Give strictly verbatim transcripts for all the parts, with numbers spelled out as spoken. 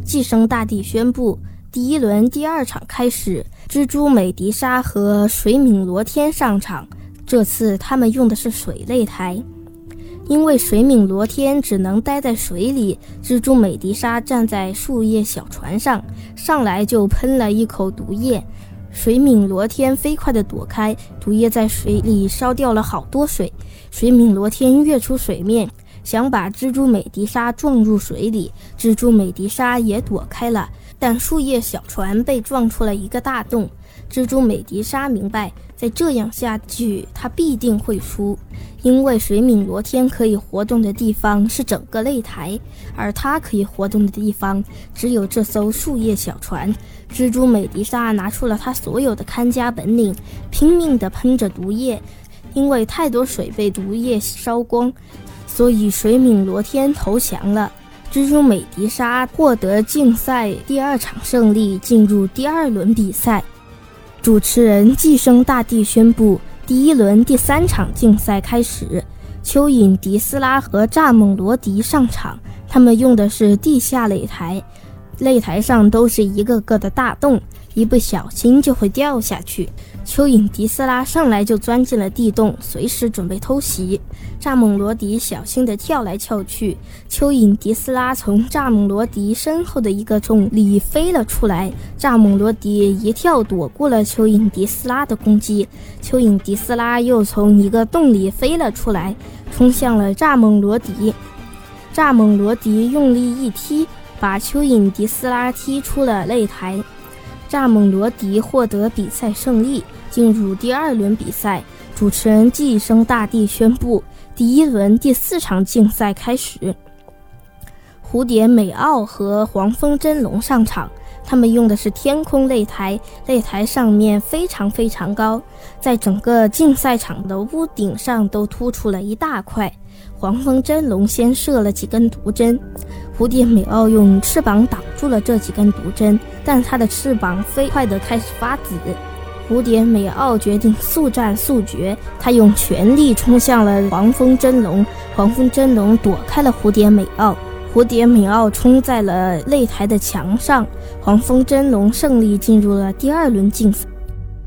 寄生大帝宣布，第一轮第二场开始，蜘蛛美迪莎和水敏罗天上场，这次他们用的是水擂台。因为水敏罗天只能待在水里，蜘蛛美迪莎站在树叶小船上，上来就喷了一口毒液。水敏罗天飞快地躲开，毒液在水里烧掉了好多水。水敏罗天跃出水面，想把蜘蛛美迪莎撞入水里，蜘蛛美迪莎也躲开了，但树叶小船被撞出了一个大洞。蜘蛛美迪莎明白，再这样下去她必定会输，因为水敏罗天可以活动的地方是整个擂台，而她可以活动的地方只有这艘树叶小船。蜘蛛美迪莎拿出了她所有的看家本领，拼命地喷着毒液，因为太多水被毒液烧光，所以水敏罗天投降了。蜘蛛美迪莎获得竞赛第二场胜利，进入第二轮比赛。主持人寄生大帝宣布，第一轮第三场竞赛开始，蚯蚓迪斯拉和蚱蜢罗迪上场，他们用的是地下擂台，擂台上都是一个个的大洞，一不小心就会掉下去。蚯蚓迪斯拉上来就钻进了地洞，随时准备偷袭。蚱蜢罗迪小心地跳来跳去，蚯蚓迪斯拉从蚱蜢罗迪身后的一个洞里飞了出来，蚱蜢罗迪一跳躲过了蚯蚓迪斯拉的攻击，蚯蚓迪斯拉又从一个洞里飞了出来，冲向了蚱蜢罗迪。蚱蜢罗迪用力一踢，把蚯蚓迪斯拉踢出了擂台。蚱蜢罗迪获得比赛胜利，进入第二轮比赛。主持人寄生大帝宣布，第一轮第四场竞赛开始。蝴蝶美奥和黄蜂真龙上场，他们用的是天空擂台，擂台上面非常非常高，在整个竞赛场的屋顶上都突出了一大块。黄蜂真龙先射了几根毒针，蝴蝶美奥用翅膀挡住了这几根毒针，但它的翅膀飞快地开始发紫。蝴蝶美奥决定速战速决，他用全力冲向了黄蜂真龙，黄蜂真龙躲开了蝴蝶美奥，蝴蝶美奥冲在了擂台的墙上，黄蜂真龙胜利进入了第二轮竞赛。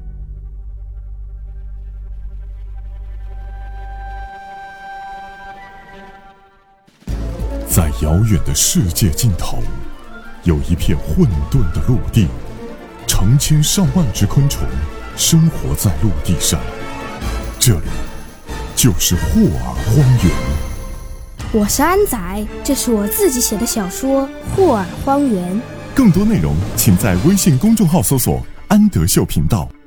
在遥远的世界尽头，有一片混沌的陆地，成千上万只昆虫生活在陆地上，这里就是霍尔荒原。 我是安仔，这是我自己写的小说《霍尔荒原》。 更多内容请在微信公众号搜索安德秀频道。